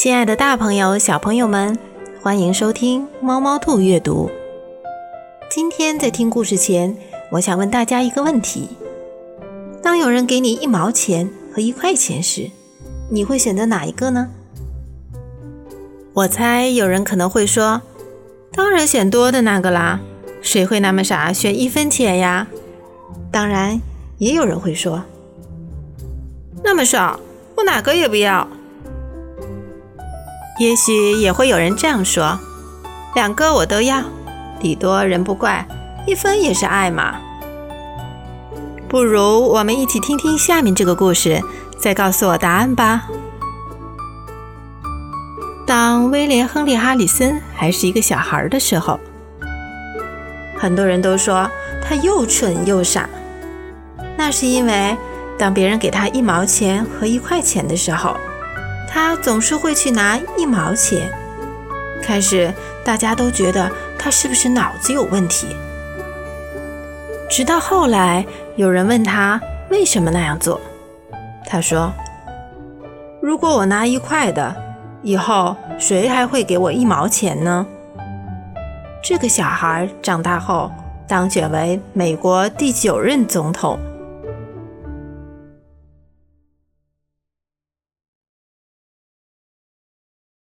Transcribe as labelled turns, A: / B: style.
A: 亲爱的大朋友、小朋友们，欢迎收听猫猫兔阅读。今天在听故事前，我想问大家一个问题：当有人给你1毛钱和1块钱时，你会选择哪一个呢？我猜有人可能会说，当然选多的那个啦，谁会那么傻选1分钱呀？当然，也有人会说，那么少，我哪个也不要。也许也会有人这样说，2个我都要，礼多人不怪，1分也是爱嘛。不如我们一起听听下面这个故事，再告诉我答案吧。当威廉·亨利·哈里森还是一个小孩的时候，很多人都说他又蠢又傻。那是因为当别人给他1毛钱和1块钱的时候，他总是会去拿1毛钱。开始大家都觉得他是不是脑子有问题，直到后来有人问他为什么那样做，他说，如果我拿1块的，以后谁还会给我1毛钱呢？这个小孩长大后当选为美国第9任总统，